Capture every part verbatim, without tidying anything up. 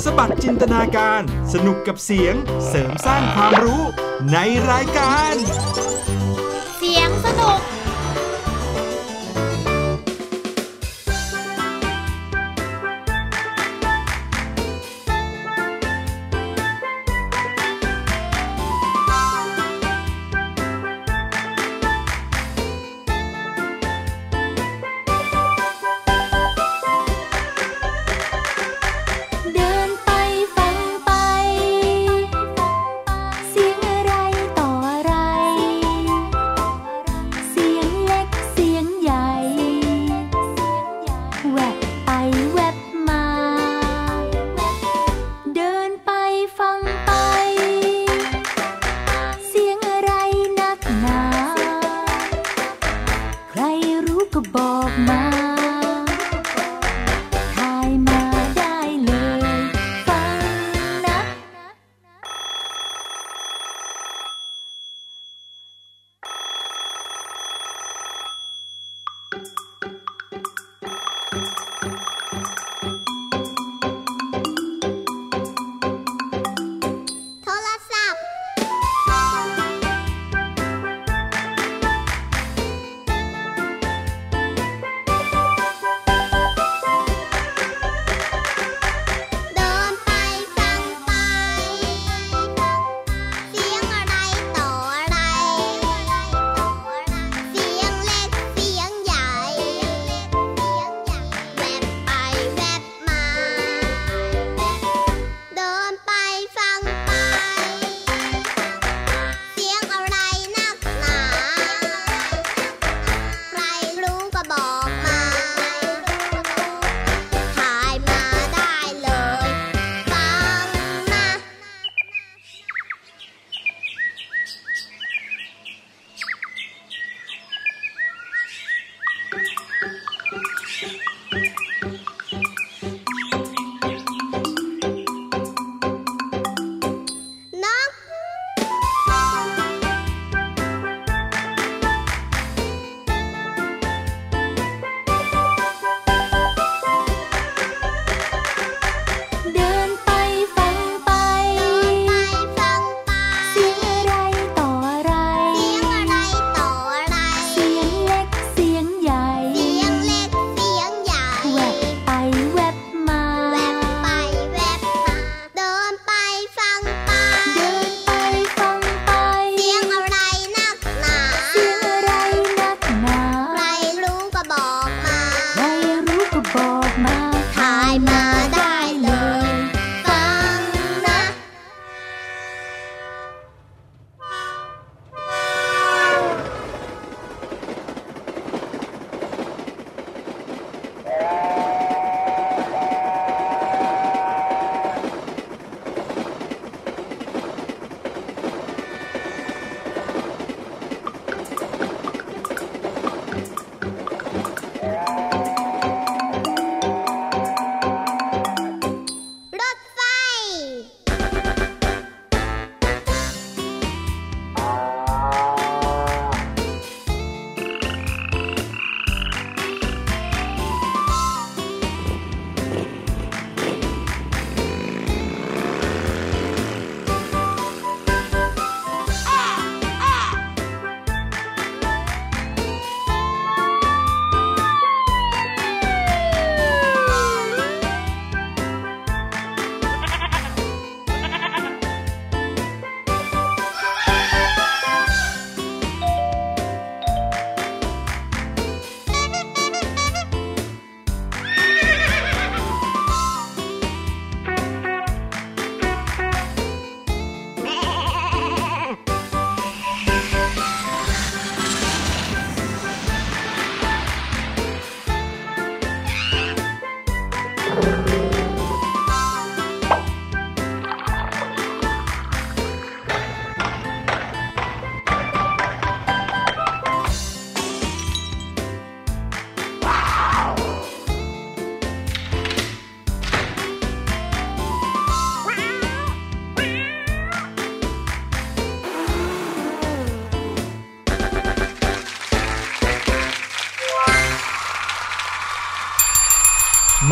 สบัดจินตนาการสนุกกับเสียงเสริมสร้างความรู้ในรายการเสียงสนุกเสียงอะไรต่ออะไร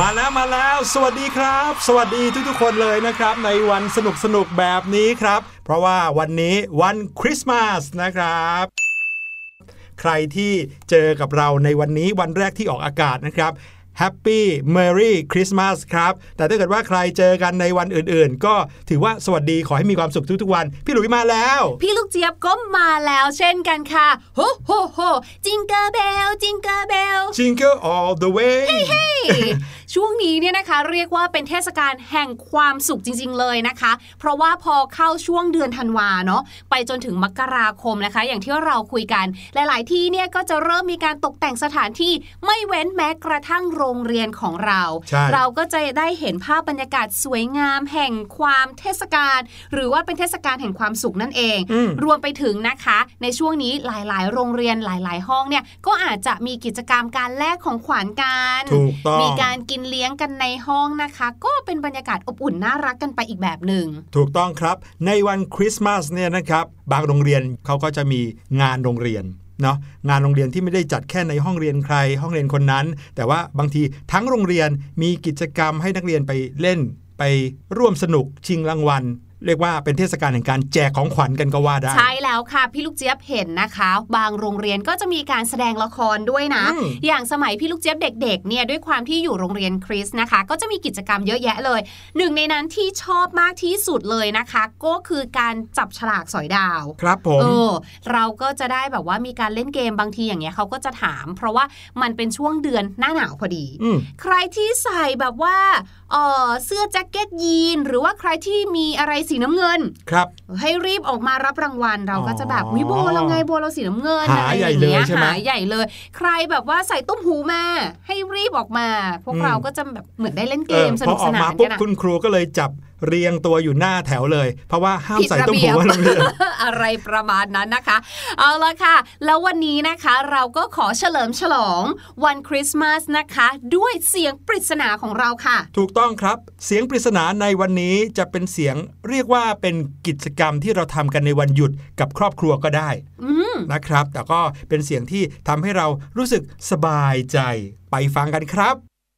แล้วมาแล้วสวัสดีครับสวัสดีทุกๆคนเลยนะครับในวันสนุกสนุกแบบนี้ครับเพราะว่าวันนี้วันคริสต์มาสนะครับใครที่เจอกับเราในวันนี้วันแรกที่ออกอากาศนะครับHappy Merry Christmas ครับแต่ถ้าเกิดว่าใครเจอกันในวันอื่นๆก็ถือว่าสวัสดีขอให้มีความสุขทุกๆวันพี่หลุยมาแล้วพี่ลูกเจี๊ยบก็มาแล้วเช่นกันค่ะโฮโฮโฮจิงเกอร์เบลจิงเกอร์เบล Jingle all the way เฮ้ช่วงนี้เนี่ยนะคะเรียกว่าเป็นเทศกาลแห่งความสุขจริงๆเลยนะคะเพราะว่าพอเข้าช่วงเดือนธันวาเนาะไปจนถึงมกราคมนะคะอย่างที่เราคุยกันหลายๆที่เนี่ยก็จะเริ่มมีการตกแต่งสถานที่ไม่เว้นแม้กระทั่งโรงเรียนของเราเราก็จะได้เห็นภาพบรรยากาศสวยงามแห่งความเทศกาลหรือว่าเป็นเทศกาลแห่งความสุขนั่นเองรวมไปถึงนะคะในช่วงนี้หลายๆโรงเรียนหลายๆห้องเนี่ยก็อาจจะมีกิจกรรมการแลกของขวัญกันมีการกินเลี้ยงกันในห้องนะคะก็เป็นบรรยากาศอบอุ่นน่ารักกันไปอีกแบบหนึ่งถูกต้องครับในวันคริสต์มาสเนี่ยนะครับบางโรงเรียนเขาก็จะมีงานโรงเรียนเนาะงานโรงเรียนที่ไม่ได้จัดแค่ในห้องเรียนใครห้องเรียนคนนั้นแต่ว่าบางทีทั้งโรงเรียนมีกิจกรรมให้นักเรียนไปเล่นไปร่วมสนุกชิงรางวัลเรียกว่าเป็นเทศกาลแห่งการแจกของขวัญกันก็ว่าได้ใช่แล้วค่ะพี่ลูกเจี๊ยบเห็นนะคะบางโรงเรียนก็จะมีการแสดงละครด้วยนะ อ, อย่างสมัยพี่ลูกเจี๊ยบเด็กๆเนี่ยด้วยความที่อยู่โรงเรียนคริสต์นะคะก็จะมีกิจกรรมเยอะแยะเลยหนึ่งในนั้นที่ชอบมากที่สุดเลยนะคะก็คือการจับฉลากสอยดาวครับผมเออเราก็จะได้แบบว่ามีการเล่นเกมบางทีอย่างเงี้ยเขาก็จะถามเพราะว่ามันเป็นช่วงเดือนหน้าหนาวพอดีใครที่ใส่แบบว่าเอ่อเสื้อแจ็คเก็ตยีนหรือว่าใครที่มีอะไรสีน้ำเงินครับให้รีบออกมารับรางวัลเราก็จะแบบวิโบเราไงโบเราสีน้ำเงินหาใหญ่เลยใช่ไหมหาใหญ่เลยใครแบบว่าใส่ตุ้มหูมาให้รีบออกมาพวกเราก็จะแบบเหมือนได้เล่นเกมสนุกสนานกันนะคุณครูก็เลยจับเรียงตัวอยู่หน้าแถวเลยเพราะว่าห้ามใส่ตุ้มหูว่าโรงเรียนอะไรประมาณนั้นนะคะเอาละค่ะแล้ววันนี้นะคะเราก็ขอเฉลิมฉลองวันคริสต์มาสนะคะด้วยเสียงปริศนาของเราค่ะถูกต้องครับเสียงปริศนาในวันนี้จะเป็นเสียงเรียกว่าเป็นกิจกรรมที่เราทำกันในวันหยุดกับครอบครัวก็ได้นะครับแต่ก็เป็นเสียงที่ทำให้เรารู้สึกสบายใจไปฟังกันครับ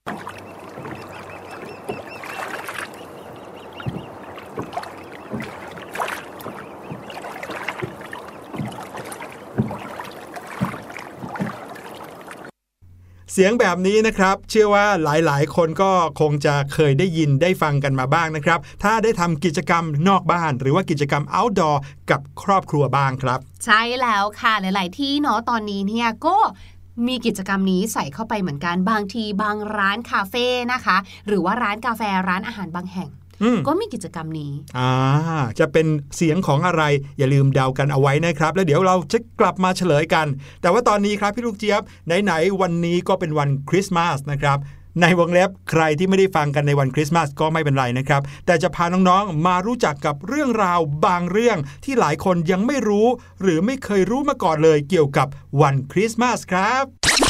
เสียงแบบนี้นะครับเชื่อว่าหลายๆคนก็คงจะเคยได้ยินได้ฟังกันมาบ้างนะครับถ้าได้ทำกิจกรรมนอกบ้านหรือว่ากิจกรรม outdoor กับครอบครัวบ้างครับใช่แล้วค่ะหลายๆที่เนาะตอนนี้เนี่ยก็มีกิจกรรมนี้ใส่เข้าไปเหมือนกันบางทีบางร้านคาเฟ่นะคะหรือว่าร้านกาแฟร้านอาหารบางแห่งก็มีกิจกรรมนี้อ่าจะเป็นเสียงของอะไรอย่าลืมเดากันเอาไว้นะครับแล้วเดี๋ยวเราจะกลับมาเฉลยกันแต่ว่าตอนนี้ครับพี่ลูกเจี๊ยบไหนๆวันนี้ก็เป็นวันคริสต์มาสนะครับในวงเล็บใครที่ไม่ได้ฟังกันในวันคริสต์มาสก็ไม่เป็นไรนะครับแต่จะพาน้องๆมารู้จักกับเรื่องราวบางเรื่องที่หลายคนยังไม่รู้หรือไม่เคยรู้มาก่อนเลยเกี่ยวกับวันคริสต์มาสครับ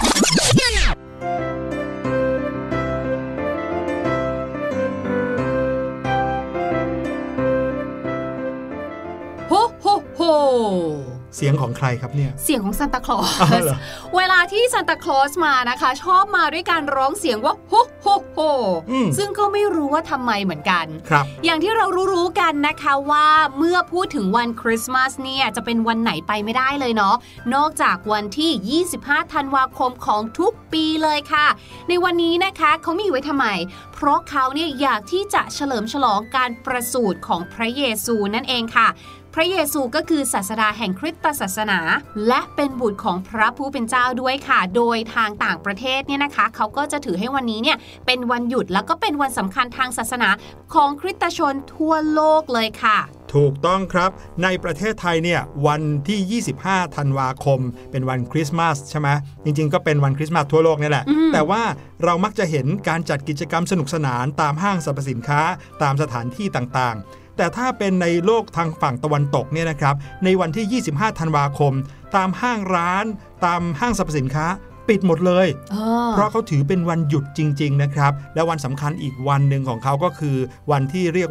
เสียงของใครครับเนี่ยเสียงของซานตาคลอสเวลาที่ซานตาคลอสมานะคะชอบมาด้วยการร้องเสียงว่าโฮโฮโฮซึ่งก็ไม่รู้ว่าทำไมเหมือนกันครับอย่างที่เรารู้ๆกันนะคะว่าเมื่อพูดถึงวันคริสต์มาสเนี่ยจะเป็นวันไหนไปไม่ได้เลยเนาะนอกจากวันที่ยี่สิบห้าธันวาคมของทุกปีเลยค่ะในวันนี้นะคะเขามีไว้ทำไมเพราะเขาเนี่ยอยากที่จะเฉลิมฉลองการประสูติของพระเยซูนั่นเองค่ะพระเยซูก็คือศาสดาแห่งคริสตศาสนาและเป็นบุตรของพระผู้เป็นเจ้าด้วยค่ะโดยทางต่างประเทศเนี่ยนะคะเขาก็จะถือให้วันนี้เนี่ยเป็นวันหยุดแล้วก็เป็นวันสำคัญทางศาสนาของคริสตชนทั่วโลกเลยค่ะถูกต้องครับในประเทศไทยเนี่ยวันที่ยี่สิบห้าธันวาคมเป็นวันคริสต์มาสใช่ไหมจริงๆก็เป็นวันคริสต์มาสทั่วโลกนี่แหละแต่ว่าเรามักจะเห็นการจัดกิจกรรมสนุกสนานตามห้างสรรพสินค้าตามสถานที่ต่างๆแต่ถ้าเป็นในโลกทางฝั่งตะวันตกเนี่ยนะครับในวันที่ยี่สิบห้าธันวาคมตามห้างร้านตามห้างสรรพสินค้าปิดหมดเลยเพราะเขาถือเป็นวันหยุดจริงๆนะครับและวันสำคัญอีกวันหนึ่งของเขาก็คือวันที่เรียกว่า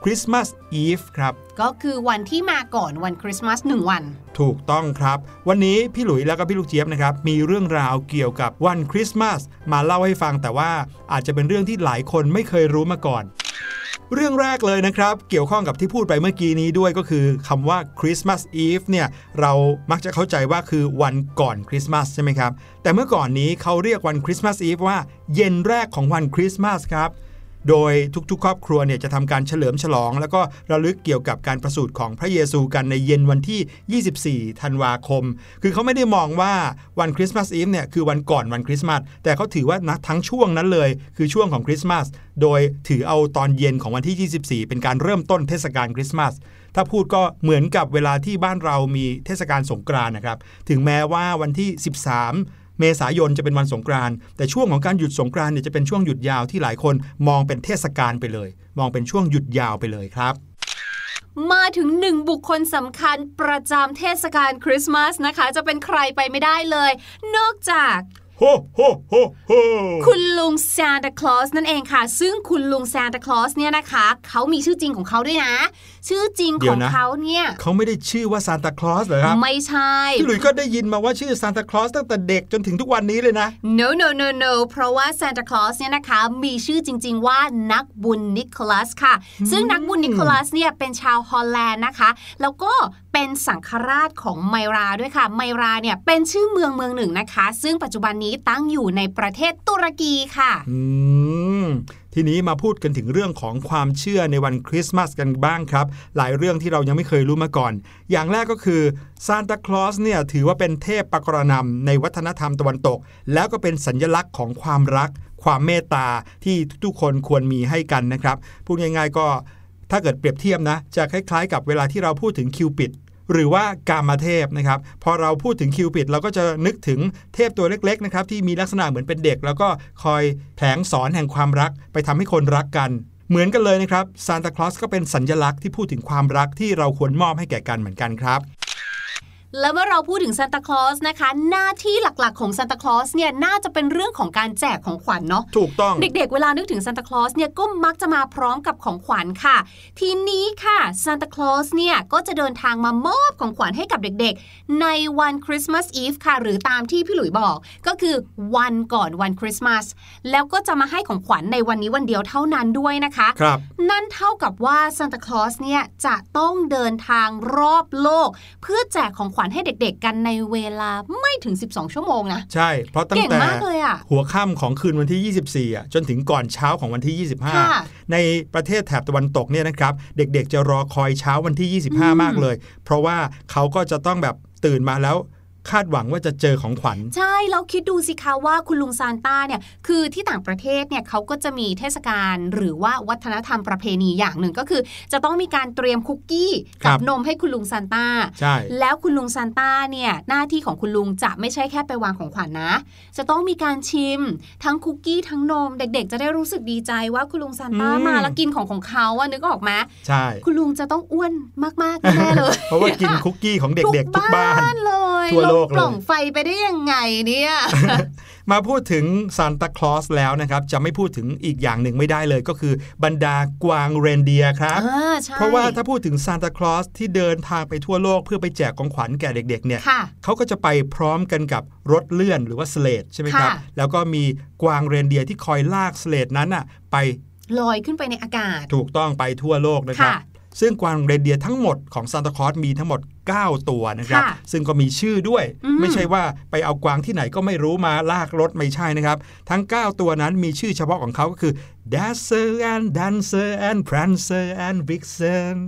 Christmas Eve ครับก็คือวันที่มาก่อนวันคริสต์มาสหนึ่งวันถูกต้องครับวันนี้พี่หลุยแล้วก็พี่ลูกเจี๊ยบนะครับมีเรื่องราวเกี่ยวกับวันคริสต์มาสมาเล่าให้ฟังแต่ว่าอาจจะเป็นเรื่องที่หลายคนไม่เคยรู้มาก่อนเรื่องแรกเลยนะครับเกี่ยวข้องกับที่พูดไปเมื่อกี้นี้ด้วยก็คือคำว่า Christmas Eve เนี่ยเรามักจะเข้าใจว่าคือวันก่อนคริสต์มาสใช่ไหมครับแต่เมื่อก่อนนี้เขาเรียกวันคริสต์มาส Eve ว่าเย็นแรกของวันคริสต์มาสครับโดยทุกๆครอบครัวเนี่ยจะทำการเฉลิมฉลองแล้วก็ระลึกเกี่ยวกับการประสูติของพระเยซูกันในเย็นวันที่ยี่สิบสี่ธันวาคมคือเขาไม่ได้มองว่าวันคริสต์มาสอีฟเนี่ยคือวันก่อนวันคริสต์มาสแต่เขาถือว่านะทั้งช่วงนั้นเลยคือช่วงของคริสต์มาสโดยถือเอาตอนเย็นของวันที่ยี่สิบสี่เป็นการเริ่มต้นเทศกาลคริสต์มาสถ้าพูดก็เหมือนกับเวลาที่บ้านเรามีเทศกาลสงกรานต์นะครับถึงแม้ว่าวันที่สิบสามเมษายนจะเป็นวันสงกรานต์แต่ช่วงของการหยุดสงกรานต์เนี่ยจะเป็นช่วงหยุดยาวที่หลายคนมองเป็นเทศกาลไปเลยมองเป็นช่วงหยุดยาวไปเลยครับมาถึงหนึ่งบุคคลสำคัญประจำเทศกาลคริสต์มาสนะคะจะเป็นใครไปไม่ได้เลยนอกจากโฮโฮโฮโฮคุณลุงซานตาคลอสนั่นเองค่ะซึ่งคุณลุงซานตาคลอสเนี่ยนะคะเขามีชื่อจริงของเขาด้วยนะชื่อจริงของเขาเนี่ยเขาไม่ได้ชื่อว่าซานตาคลอสเหรอครับไม่ใช่พี่หลุยส์ก็ได้ยินมาว่าชื่อซานตาคลอสตั้งแต่เด็กจนถึงทุกวันนี้เลยนะ no no no no เพราะว่าซานตาคลอสเนี่ยนะคะมีชื่อจริงๆว่านักบุญนิโคลัสค่ะซึ่งนักบุญนิโคลัสเนี่ยเป็นชาวฮอลแลนด์นะคะแล้วก็เป็นสังฆราชของไมราด้วยค่ะไมราเนี่ยเป็นชื่อเมืองเมืองหนึ่งนะคะซึ่งปัจจุบันนี้ตั้งอยู่ในประเทศตุรกีค่ะอืมทีนี้มาพูดกันถึงเรื่องของความเชื่อในวันคริสต์มาสกันบ้างครับหลายเรื่องที่เรายังไม่เคยรู้มาก่อนอย่างแรกก็คือซานตาคลอสเนี่ยถือว่าเป็นเทพปกรณำในวัฒนธรรมตะวันตกแล้วก็เป็นสัญลักษณ์ของความรักความเมตตาที่ทุกคนควรมีให้กันนะครับพูดง่ายๆก็ถ้าเกิดเปรียบเทียบนะจะคล้ายๆกับเวลาที่เราพูดถึงคิวปิดหรือว่ากามเทพนะครับพอเราพูดถึงคิวปิดเราก็จะนึกถึงเทพตัวเล็กๆนะครับที่มีลักษณะเหมือนเป็นเด็กแล้วก็คอยแผลงสอนแห่งความรักไปทำให้คนรักกันเหมือนกันเลยนะครับซานตาคลอสก็เป็นสัญลักษณ์ที่พูดถึงความรักที่เราควรมอบให้แก่กันเหมือนกันครับแล้วเมื่อเราพูดถึงซานตาคลอสนะคะหน้าที่หลักๆของซานตาคลอสเนี่ยน่าจะเป็นเรื่องของการแจกของขวัญเนาะถูกต้องเด็กๆเวลานึกถึงซานตาคลอสเนี่ยก็มักจะมาพร้อมกับของขวัญค่ะทีนี้ค่ะซานตาคลอสเนี่ยก็จะเดินทางมามอบของขวัญให้กับเด็กๆในวันคริสต์มาสอีฟค่ะหรือตามที่พี่หลุยบอกก็คือวันก่อนวันคริสต์มาสแล้วก็จะมาให้ของขวัญในวันนี้วันเดียวเท่านั้นด้วยนะคะครับนั่นเท่ากับว่าซานตาคลอสเนี่ยจะต้องเดินทางรอบโลกเพื่อแจกของขวัญให้เด็กๆกันในเวลาไม่ถึงสิบสองชั่วโมงนะใช่เพราะตั้งแต่หัวค่ำของคืนวันที่ยี่สิบสี่อ่ะจนถึงก่อนเช้าของวันที่ยี่สิบห้าในประเทศแถบตะวันตกเนี่ยนะครับเด็กๆจะรอคอยเช้าวันที่ยี่สิบห้ามากเลยเพราะว่าเขาก็จะต้องแบบตื่นมาแล้วคาดหวังว่าจะเจอของขวัญใช่แล้วคิดดูสิคะว่าคุณลุงซานต้าเนี่ยคือที่ต่างประเทศเนี่ยเขาก็จะมีเทศกาลหรือว่าวัฒนธรรมประเพณีอย่างหนึ่งก็คือจะต้องมีการเตรียมคุกกี้กับนมให้คุณลุงซานต้าใช่แล้วคุณลุงซานต้าเนี่ยหน้าที่ของคุณลุงจะไม่ใช่แค่ไปวางของขวัญ นะจะต้องมีการชิมทั้งคุกกี้ทั้งนมเด็กๆจะได้รู้สึกดีใจว่าคุณลุงซานต้ามาแล้วกินของของเขาอะนึกออกไหมใช่คุณลุงจะต้องอ้วนมากๆแน่เลยเพราะว่ากินคุกกี้ของเด็กๆทุกบ้านเลยทั่วโลกเลยปล่องไฟไปได้ยังไงเนี่ยมาพูดถึงซานตาคลอสแล้วนะครับจะไม่พูดถึงอีกอย่างหนึ่งไม่ได้เลยก็คือบรรดากวางเรนเดียร์ครับเพราะว่าถ้าพูดถึงซานตาคลอสที่เดินทางไปทั่วโลกเพื่อไปแจกของขวัญแก่เด็กๆเนี่ยเขาก็จะไปพร้อมกันกับรถเลื่อนหรือว่าสเลดใช่ไหมครับแล้วก็มีกวางเรนเดียร์ที่คอยลากสเลดนั้นอ่ะไปลอยขึ้นไปในอากาศถูกต้องไปทั่วโลกนะครับซึ่งกวางเรนเดียร์ทั้งหมดของซานตาคลอสมีทั้งหมดเก้าตัวนะครับซึ่งก็มีชื่อด้วยไม่ใช่ว่าไปเอากวางที่ไหนก็ไม่รู้มาลากรถไม่ใช่นะครับทั้งเก้าตัวนั้นมีชื่อเฉพาะของเขาก็คือ Dasher and Dancer and Prancer and Vixen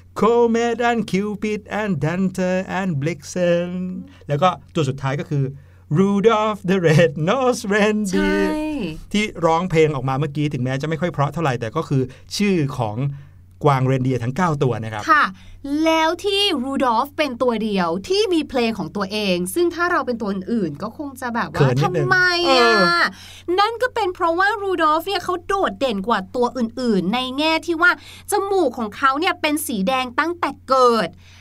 Comet and Cupid and Dancer and Blitzen แล้วก็ตัวสุดท้ายก็คือRudolph the Red-Nosed Reindeer ที่ร้องเพลงออกมาเมื่อกี้ถึงแม้จะไม่ค่อยเพราะเท่าไหร่แต่ก็คือชื่อของกวางเรนเดียร์ทั้งเก้าตัวนะครับค่ะแล้วที่รูดอล์ฟเป็นตัวเดียวที่มีเพลงของตัวเองซึ่งถ้าเราเป็นตัวอื่นก็คงจะแบบว่าทำไมอ่ะนั่นก็เป็นเพราะว่ารูดอล์ฟเนี่ยเขาโดดเด่นกว่าตัวอื่นๆในแง่ที่ว่าจมูกของเขาเนี่ยเป็นสีแดงตั้งแต่เกิด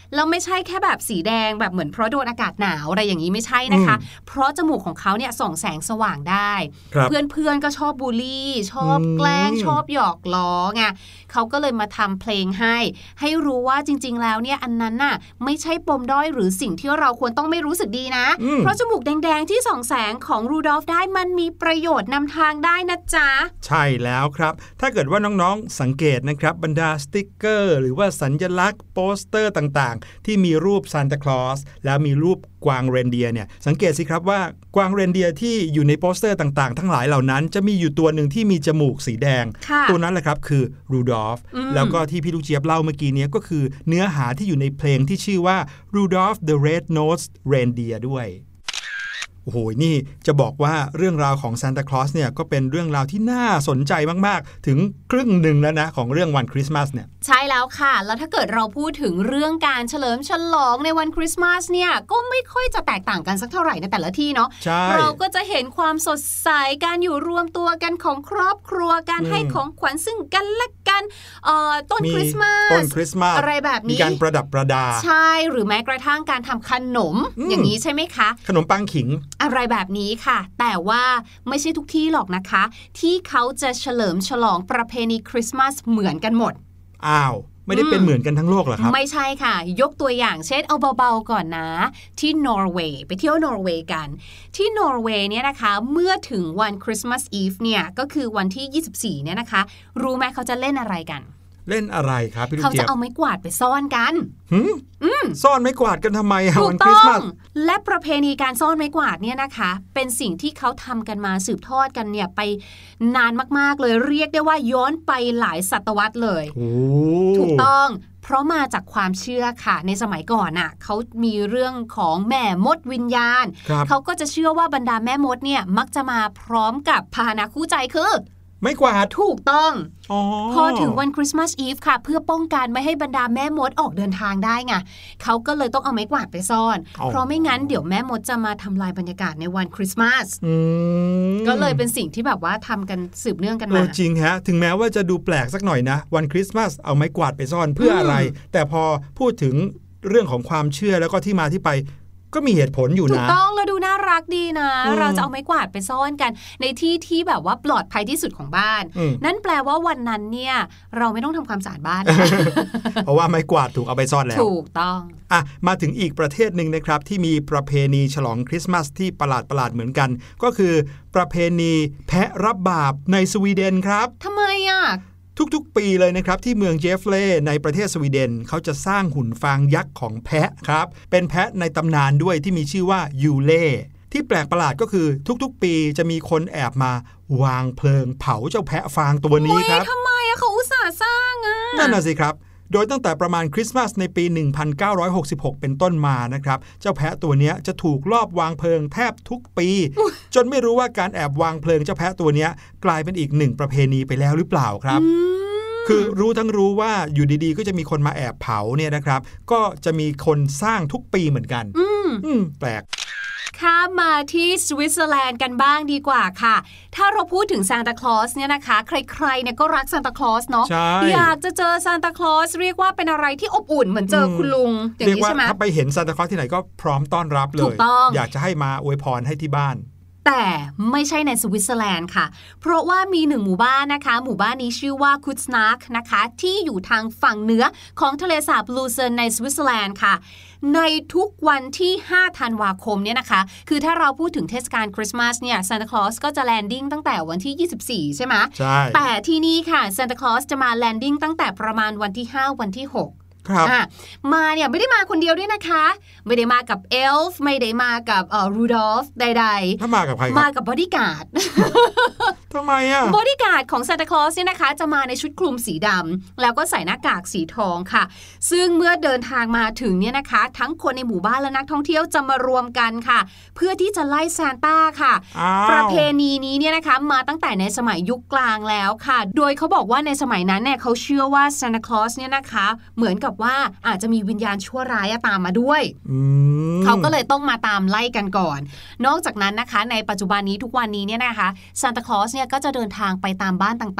แล้วไม่ใช่แค่แบบสีแดงแบบเหมือนเพราะโดนอากาศหนาวอะไรอย่างนี้ไม่ใช่นะคะเพราะจมูกของเขาเนี่ยส่องแสงสว่างได้เพื่อนๆก็ชอบบูลลี่ชอบแกล้งชอบหยอกล้อไงเขาก็เลยมาทำเพลงให้ให้รู้ว่าจริงๆแล้วเนี่ยอันนั้นน่ะไม่ใช่ปมด้อยหรือสิ่งที่เราควรต้องไม่รู้สึกดีนะเพราะจมูกแดงๆที่ส่องแสงของรูดอล์ฟได้มันมีประโยชน์นำทางได้นะจ๊ะใช่แล้วครับถ้าเกิดว่าน้องๆสังเกตนะครับบรรดาสติ๊กเกอร์หรือว่าสัญลักษณ์โปสเตอร์ต่างๆที่มีรูปซานตาคลอสแล้วมีรูปกวางเรนเดียร์เนี่ยสังเกตสิครับว่ากวางเรนเดียร์ที่อยู่ในโปสเตอร์ต่างๆทั้งหลายเหล่านั้นจะมีอยู่ตัวหนึ่งที่มีจมูกสีแดงตัวนั้นแหละครับคือรูดอล์ฟแล้วก็ที่พี่ลูกเจี๊ยบเล่าเมื่อกี้นี้ก็คือเนื้อหาที่อยู่ในเพลงที่ชื่อว่า Rudolph the Red-Nosed Reindeer ด้วยโอ้โหนี่จะบอกว่าเรื่องราวของซานตาคลอสเนี่ยก็เป็นเรื่องราวที่น่าสนใจมากๆถึงครึ่งหนึ่งแล้วนะของเรื่องวันคริสต์มาสเนี่ยใช่แล้วค่ะแล้วถ้าเกิดเราพูดถึงเรื่องการเฉลิมฉลองในวันคริสต์มาสเนี่ยก็ไม่ค่อยจะแตกต่างกันสักเท่าไหร่ในแต่ละที่เนาะเราก็จะเห็นความสดใสการอยู่รวมตัวกันของครอบครัวการให้ของขวัญซึ่งกันและกันเอ่อต้นคริสต์มาสต้นคริสต์มาสอะไรแบบนี้มีการประดับประดาใช่หรือแม้กระทั่งการทำขนม อ, อย่างนี้ใช่ไหมคะขนมปังขิงอะไรแบบนี้ค่ะแต่ว่าไม่ใช่ทุกที่หรอกนะคะที่เขาจะเฉลิมฉลองประเพณีคริสต์มาสเหมือนกันหมดอ้าวไม่ได้เป็นเหมือนกันทั้งโลกหรอครับไม่ใช่ค่ะยกตัวอย่างเช่นเอาเบาๆก่อนนะที่นอร์เวย์ไปเที่ยวนอร์เวย์กันที่นอร์เวย์เนี่ยนะคะเมื่อถึงวันคริสต์มาสอีฟเนี่ยก็คือวันที่ยี่สิบสี่เนี่ยนะคะรู้ไหมเขาจะเล่นอะไรกันเล่นอะไรครับพี่ลูกเจี๊ยบเขาจะเอาไม้กวาดไปซ่อนกันซ่อนไม้กวาดกันทำไมวันคริสต์มาสและประเพณีการซ่อนไม้กวาดเนี่ยนะคะเป็นสิ่งที่เขาทำกันมาสืบทอดกันเนี่ยไปนานมากๆเลยเรียกได้ว่าย้อนไปหลายศตวรรษเลยถูกต้องเพราะมาจากความเชื่อค่ะในสมัยก่อนน่ะเขามีเรื่องของแม่มดวิญญาณเขาก็จะเชื่อว่าบรรดาแม่มดเนี่ยมักจะมาพร้อมกับพาหนะคู่ใจคือไม่กวาดถูกต้องพอถึงวันคริสต์มาสอีฟค่ะเพื่อป้องกันไม่ให้บรรดาแม่มดออกเดินทางได้ไงเขาก็เลยต้องเอาไม้กวาดไปซ่อนเพราะไม่งั้นเดี๋ยวแม่มดจะมาทำลายบรรยากาศในวันคริสต์มาสก็เลยเป็นสิ่งที่แบบว่าทำกันสืบเนื่องกันมาจริงฮะถึงแม้ว่าจะดูแปลกสักหน่อยนะวันคริสต์มาสเอาไม้กวาดไปซ่อนเพื่ออะไรแต่พอพูดถึงเรื่องของความเชื่อแล้วก็ที่มาที่ไปก็มีเหตุผลอยู่นะถูกต้องแล้วดูน่ารักดีนะเราจะเอาไม้กวาดไปซ่อนกันในที่ที่แบบว่าปลอดภัยที่สุดของบ้านนั่นแปลว่าวันนั้นเนี่ยเราไม่ต้องทำความสะอาดบ้านเพราะว่าไม้กวาดถูกเอาไปซ่อนแล้วถูกต้องอ่ะมาถึงอีกประเทศหนึ่งนะครับที่มีประเพณีฉลองคริสต์มาสที่ประหลาดประหลาดเหมือนกันก็คือประเพณีแพะรับบาปในสวีเดนครับทำไมอ่ะทุกๆปีเลยนะครับที่เมืองเจฟเล่ในประเทศสวีเดนเขาจะสร้างหุ่นฟางยักษ์ของแพะครับเป็นแพะในตำนานด้วยที่มีชื่อว่ายูเล่ที่แปลกประหลาดก็คือทุกๆปีจะมีคนแอบมาวางเพลิงเผาเจ้าแพะฟางตัวนี้ครับทำไมอะเขาอุตส่าห์สร้างอะนั่นน่ะสิครับโดยตั้งแต่ประมาณคริสต์มาสในปีหนึ่งพันเก้าร้อยหกสิบหกเป็นต้นมานะครับเจ้าแพะตัวนี้จะถูกลอบวางเพลิงแทบทุกปีจนไม่รู้ว่าการแอบวางเพลิงเจ้าแพะตัวนี้กลายเป็นอีกหนึ่งประเพณีไปแล้วหรือเปล่าครับคือรู้ทั้งรู้ว่าอยู่ดีๆก็จะมีคนมาแอบเผาเนี่ยนะครับก็จะมีคนสร้างทุกปีเหมือนกันอืมอืมแปลกข้ามมาที่สวิตเซอร์แลนด์กันบ้างดีกว่าค่ะถ้าเราพูดถึงซานตาคลอสเนี่ยนะคะใครๆเนี่ยก็รักซานตาคลอสเนาะอยากจะเจอซานตาคลอสเรียกว่าเป็นอะไรที่อบอุ่นเหมือนเจอคุณลุงอย่างนี้ใช่ไหมถ้าไปเห็นซานตาคลอสที่ไหนก็พร้อมต้อนรับเลยอยากจะให้มาอวยพรให้ที่บ้านแต่ไม่ใช่ในสวิตเซอร์แลนด์ค่ะเพราะว่ามีหนึ่งหมู่บ้านนะคะหมู่บ้านนี้ชื่อว่าคุตสนาร์กนะคะที่อยู่ทางฝั่งเหนือของทะเลสาบลูเซิร์นในสวิตเซอร์แลนด์ค่ะในทุกวันที่ห้าธันวาคมเนี่ยนะคะคือถ้าเราพูดถึงเทศกาลคริสต์มาสเนี่ยซานตาคลอสก็จะแลนดิ้งตั้งแต่วันที่ยี่สิบสี่ใช่ไหมใช่แต่ที่นี่ค่ะซานตาคลอสจะมาแลนดิ้งตั้งแต่ประมาณวันที่ห้าวันที่หกมาเนี่ยไม่ได้มาคนเดียวด้วยนะคะไม่ได้มากับเอลฟ์ไม่ได้มากับเอ่อรูดอล์ฟใดๆถ้ามากับใครมากับบอดี้การ์ดทำไมอ่ะบอดี้การ์ดของซานตาคลอสเนี่ยนะคะจะมาในชุดคลุมสีดำแล้วก็ใส่หน้ากากสีทองค่ะซึ่งเมื่อเดินทางมาถึงเนี่ยนะคะทั้งคนในหมู่บ้านและนักท่องเที่ยวจะมารวมกันค่ะเพื่อที่จะไล่ซานต้าค่ะประเพณีนี้เนี่ยนะคะมาตั้งแต่ในสมัยยุคกลางแล้วค่ะโดยเขาบอกว่าในสมัยนั้นเนี่ยเขาเชื่อว่าซานตาคลอสเนี่ยนะคะเหมือนกับว่าอาจจะมีวิญญาณชั่วร้ายตามมาด้วยเขาก็เลยต้องมาตามไล่กันก่อนนอกจากนั้นนะคะในปัจจุบันนี้ทุกวันนี้เนี่ยนะคะซานตาคลอสเนี่ยก็จะเดินทางไปตามบ้านต่าง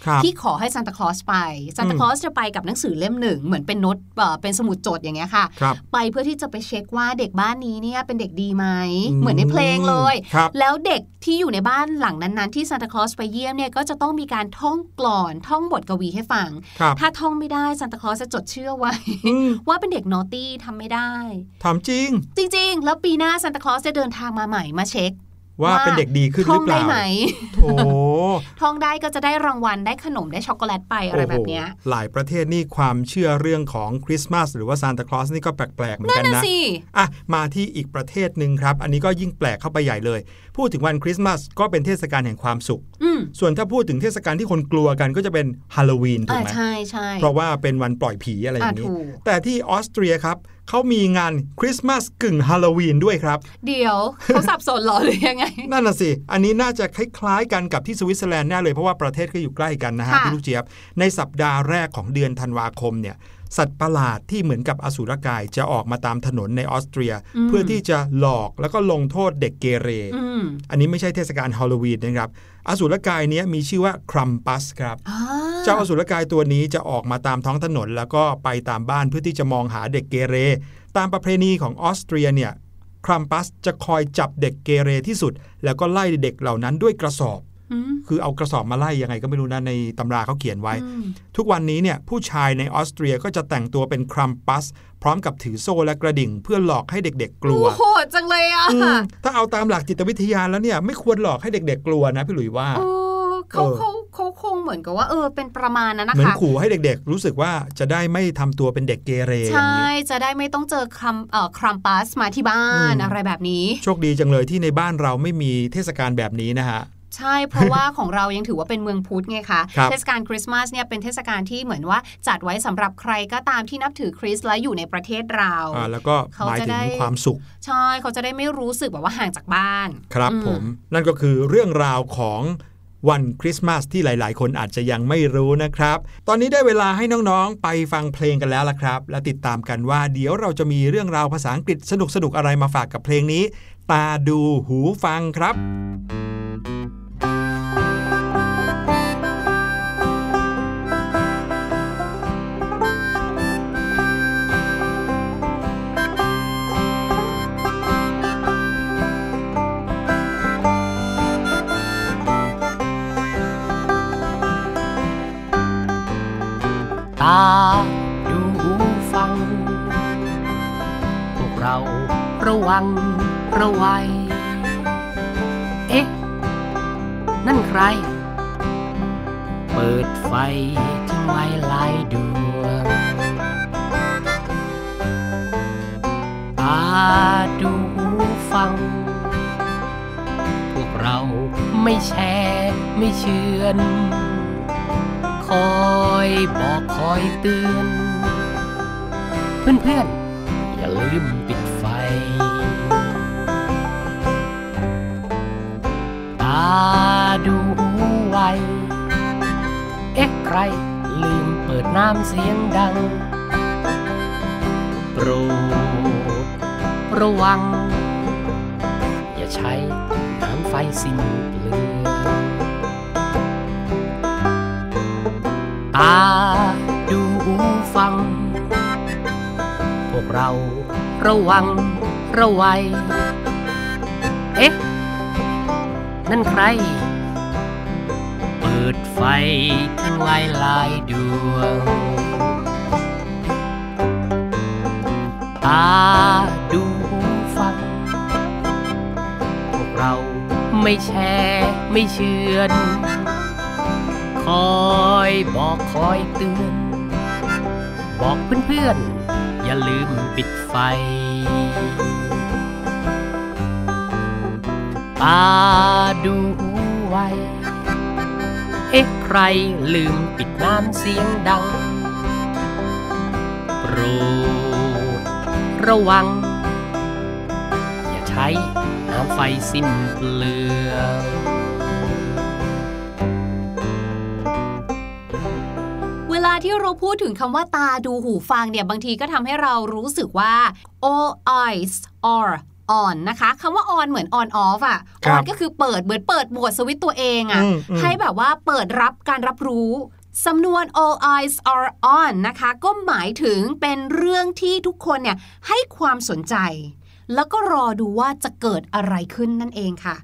ที่ขอให้ซานตาคลอสไปซานตาคลอสจะไปกับหนังสือเล่มหนึ่งเหมือนเป็นโน้ตเป็นสมุดจดอย่างเงี้ยค่ะไปเพื่อที่จะไปเช็คว่าเด็กบ้านนี้เนี่ยเป็นเด็กดีไหมเหมือนในเพลงเลยแล้วเด็กที่อยู่ในบ้านหลังนั้นๆที่ซานตาคลอสไปเยี่ยมเนี่ยก็จะต้องมีการท่องกลอนท่องบทกวีให้ฟังถ้าท่องไม่ได้ซานตาคลอสจะจดชื่อไว้ว่าเป็นเด็กนอตตี้ทำไม่ได้ถามจริงจริงๆแล้วปีหน้าซานตาคลอสจะเดินทางมาใหม่มาเช็คว่าเป็นเด็กดีขึ้นหรือเปล่าท่องได้ไหมโถท่องได้ก็จะได้รางวัลได้ขนมได้ช็อกโกแลตไปอะไรแบบนี้หลายประเทศนี่ความเชื่อเรื่องของคริสต์มาสหรือว่าซานตาคลอสนี่ก็แปลกๆเหมือนกันนะอ่ะมาที่อีกประเทศนึงครับอันนี้ก็ยิ่งแปลกเข้าไปใหญ่เลยพูดถึงวันคริสต์มาสก็เป็นเทศกาลแห่งความสุขส่วนถ้าพูดถึงเทศกาลที่คนกลัวกันก็จะเป็นฮาโลวีนถูกไหมใช่ใช่เพราะว่าเป็นวันปล่อยผีอะไรอย่างนี้แต่ที่ออสเตรียครับเขามีงานคริสต์มาสกึ่งฮาโลวีนด้วยครับเดี๋ยวเขาสับสนหรอหรือยังไงนั่นน่ะสิอันนี้น่าจะคล้ายๆกันกับที่สวิตเซอร์แลนด์แน่เลยเพราะว่าประเทศก็อยู่ใกล้กันนะฮะพี่ลูกเจี๊ยบในสัปดาห์แรกของเดือนธันวาคมเนี่ยสัตว์ประหลาดที่เหมือนกับอสูรกายจะออกมาตามถนนในออสเตรียเพื่อที่จะหลอกแล้วก็ลงโทษเด็กเกเรอันนี้ไม่ใช่เทศกาลฮาโลวีนนะครับอสูรกายนี้มีชื่อว่าครัมปัสครับเจ้าอสูรกายตัวนี้จะออกมาตามท้องถนนแล้วก็ไปตามบ้านเพื่อที่จะมองหาเด็กเกเรตามประเพณีของออสเตรียเนี่ยครัมปัสจะคอยจับเด็กเกเรที่สุดแล้วก็ไล่เด็กเหล่านั้นด้วยกระสอบคือเอากระสอบมาไล่ยังไงก็ไม่รู้นะในตำราเขาเขียนไว้ทุกวันนี้เนี่ยผู้ชายในออสเตรียก็จะแต่งตัวเป็นครัมปัสพร้อมกับถือโซ่และกระดิ่งเพื่อหลอกให้เด็กๆกลัวโหดจังเลยอ่ะถ้าเอาตามหลักจิตวิทยาแล้วเนี่ยไม่ควรหลอกให้เด็กๆกลัวนะพี่หลุยว่าเขาเขาเขาคงเหมือนกับว่าเออเป็นประมาณนั้นนะคะเหมือนขู่ให้เด็กๆรู้สึกว่าจะได้ไม่ทำตัวเป็นเด็กเกเรใช่จะได้ไม่ต้องเจอครัมเอ่อครัมปัสมาที่บ้านอะไรแบบนี้โชคดีจังเลยที่ในบ้านเราไม่มีเทศกาลแบบนี้นะฮะใช่เพราะว่าของเรายังถือว่าเป็นเมืองพุทธไงคะเทศกาลคริสต์มาสเนี่ยเป็นเทศกาลที่เหมือนว่าจัดไว้สำหรับใครก็ตามที่นับถือคริสต์และอยู่ในประเทศเราอ่าแล้วก็หมายถึงความสุขใช่เขาจะได้ไม่รู้สึกแบบว่าห่างจากบ้านครับผมนั่นก็คือเรื่องราวของวันคริสต์มาสที่หลายๆคนอาจจะยังไม่รู้นะครับตอนนี้ได้เวลาให้น้องๆไปฟังเพลงกันแล้วล่ะครับและติดตามกันว่าเดี๋ยวเราจะมีเรื่องราวภาษาอังกฤษสนุกๆอะไรมาฝากกับเพลงนี้ตาดูหูฟังครับตาดูหูฟังพวกเราระวังระวัยเอ๊ะนั่นใครเปิดไฟทิ้งไว้หลายดวงตาดูหูฟังพวกเราไม่แช่ไม่เชื่อนคอยบอกคอยเตือนเพื่อนๆอย่าลืมปิดไฟตาดูไวเอ๊ะใครลืมเปิดน้ำเสียงดังโปรดระวังอย่าใช้น้ำไฟสิ้นเปลืองตาดูฟังพวกเราระวังระวัยเอ๊ะนั่นใครเปิดไฟทิ้งไว้หลายดวงตาดูฟังพวกเราไม่แช่ไม่เชื่อนคอยบอกคอยเตือนบอกเพื่อนๆอย่าลืมปิดไฟตาดูไวเอ๊ะใครลืมปิดน้ำเสียงดังโปรดระวังอย่าใช้น้ำไฟสิ้นเปลืองเวลาที่เราพูดถึงคำว่าตาดูหูฟังเนี่ยบางทีก็ทำให้เรารู้สึกว่า all eyes are on นะคะคำว่า on เหมือน on off อ่ะ on ก็คือเปิดเหมือนเปิดโหมดสวิตช์ตัวเองอ่ะให้แบบว่าเปิดรับการรับรู้สำนวน all eyes are on นะคะก็หมายถึงเป็นเรื่องที่ทุกคนเนี่ยให้ความสนใจแล้วก็รอดูว่าจะเกิดอะไรขึ้นนั่นเองค่ะ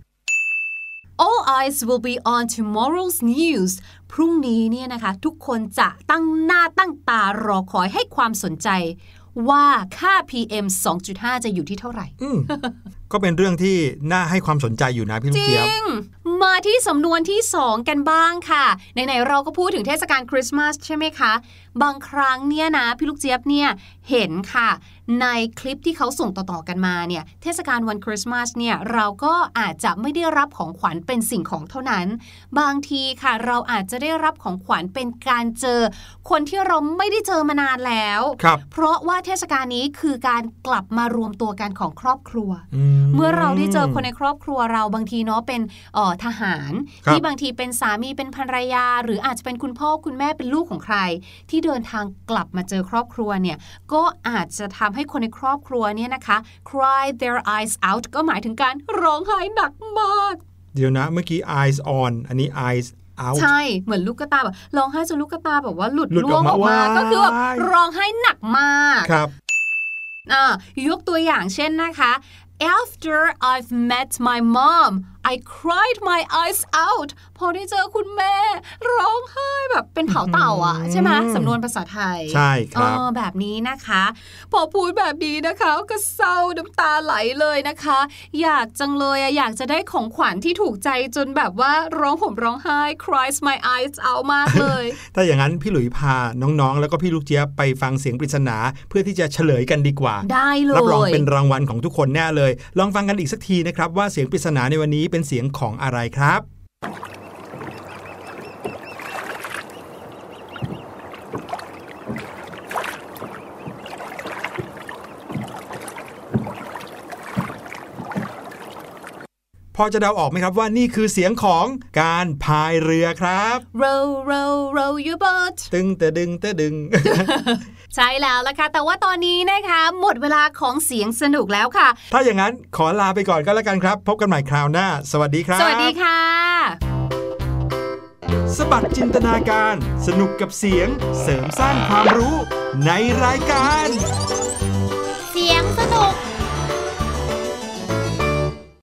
All eyes will be on tomorrow's news พรุ่งนี้เนี่ยนะคะทุกคนจะตั้งหน้าตั้งตารอคอยให้ความสนใจว่าค่า พี เอ็ม สองจุดห้า จะอยู่ที่เท่าไหร่ก็เป็นเรื่องที่น่าให้ความสนใจอยู่นะพี่ลูกเจี๊ยบจริงมาที่สำนวนที่สองกันบ้างค่ะไหนๆเราก็พูดถึงเทศกาลคริสต์มาสใช่ไหมคะบางครั้งเนี่ยนะพี่ลูกเจี๊ยบเนี่ยเห็นค่ะในคลิปที่เขาส่งต่อๆกันมาเนี่ยเทศกาลวันคริสต์มาสเนี่ยเราก็อาจจะไม่ได้รับของขวัญเป็นสิ่งของเท่านั้นบางทีค่ะเราอาจจะได้รับของขวัญเป็นการเจอคนที่เราไม่ได้เจอมานานแล้วเพราะว่าเทศกาลนี้คือการกลับมารวมตัวกันของครอบครัวเมื่อเราได้เจอคนในครอบครัวเราบางทีเนาะเป็นเอ่อทหารที่บางทีเป็นสามีเป็นภรรยาหรืออาจจะเป็นคุณพ่อคุณแม่เป็นลูกของใครที่เดินทางกลับมาเจอครอบครัวเนี่ยก็อาจจะทำให้คนในครอบครัวเนี่ยนะคะ cry their eyes out ก็หมายถึงการร้องไห้หนักมากเดี๋ยวนะเมื่อกี้ eyes on อันนี้ eyes out ใช่เหมือนลูกตาแบบร้องไห้จนลูกตาแบบว่าหลุดร่วงออกมาก็คือแบบร้องไห้หนักมากครับอ่ายกตัวอย่างเช่นนะคะ After I've met my mom I cried my eyes out พอได้เจอคุณแม่ร้องไห้แบบเป็นเผาเต่าอ่ะใช่ไหมสำนวนภาษาไทยใช่ครับเออแบบนี้นะคะพอพูดแบบนี้นะคะก็เศร้าน้ำตาไหลเลยนะคะอยากจังเลยอยากจะได้ของขวัญที่ถูกใจจนแบบว่าร้องห่มร้องไห้ cries my eyes out มากเลยถ้าอย่างนั้นพี่หลุยพาน้องๆแล้วก็พี่ลูกเจี๊ยบไปฟังเสียงปริศนาเพื่อที่จะเฉลยกันดีกว่าได้เลยรับรองเป็นรางวัลของทุกคนแน่เลยลองฟังกันอีกสักทีนะครับว่าเสียงปริศนาในวันนี้เป็นเสียงของอะไรครับพอจะเดาออกไหมครับว่านี่คือเสียงของการพายเรือครับ row row row your boat ตึงเตดึงเตดึงใช่แล้วล่ะค่ะแต่ว่าตอนนี้นะคะหมดเวลาของเสียงสนุกแล้วค่ะถ้าอย่างนั้นขอลาไปก่อนก็แล้วกันครับพบกันใหม่คราวหน้าสวัสดีครับสวัสดีค่ะสบัดจินตนาการสนุกกับเสียงเสริมสร้างความรู้ในรายการ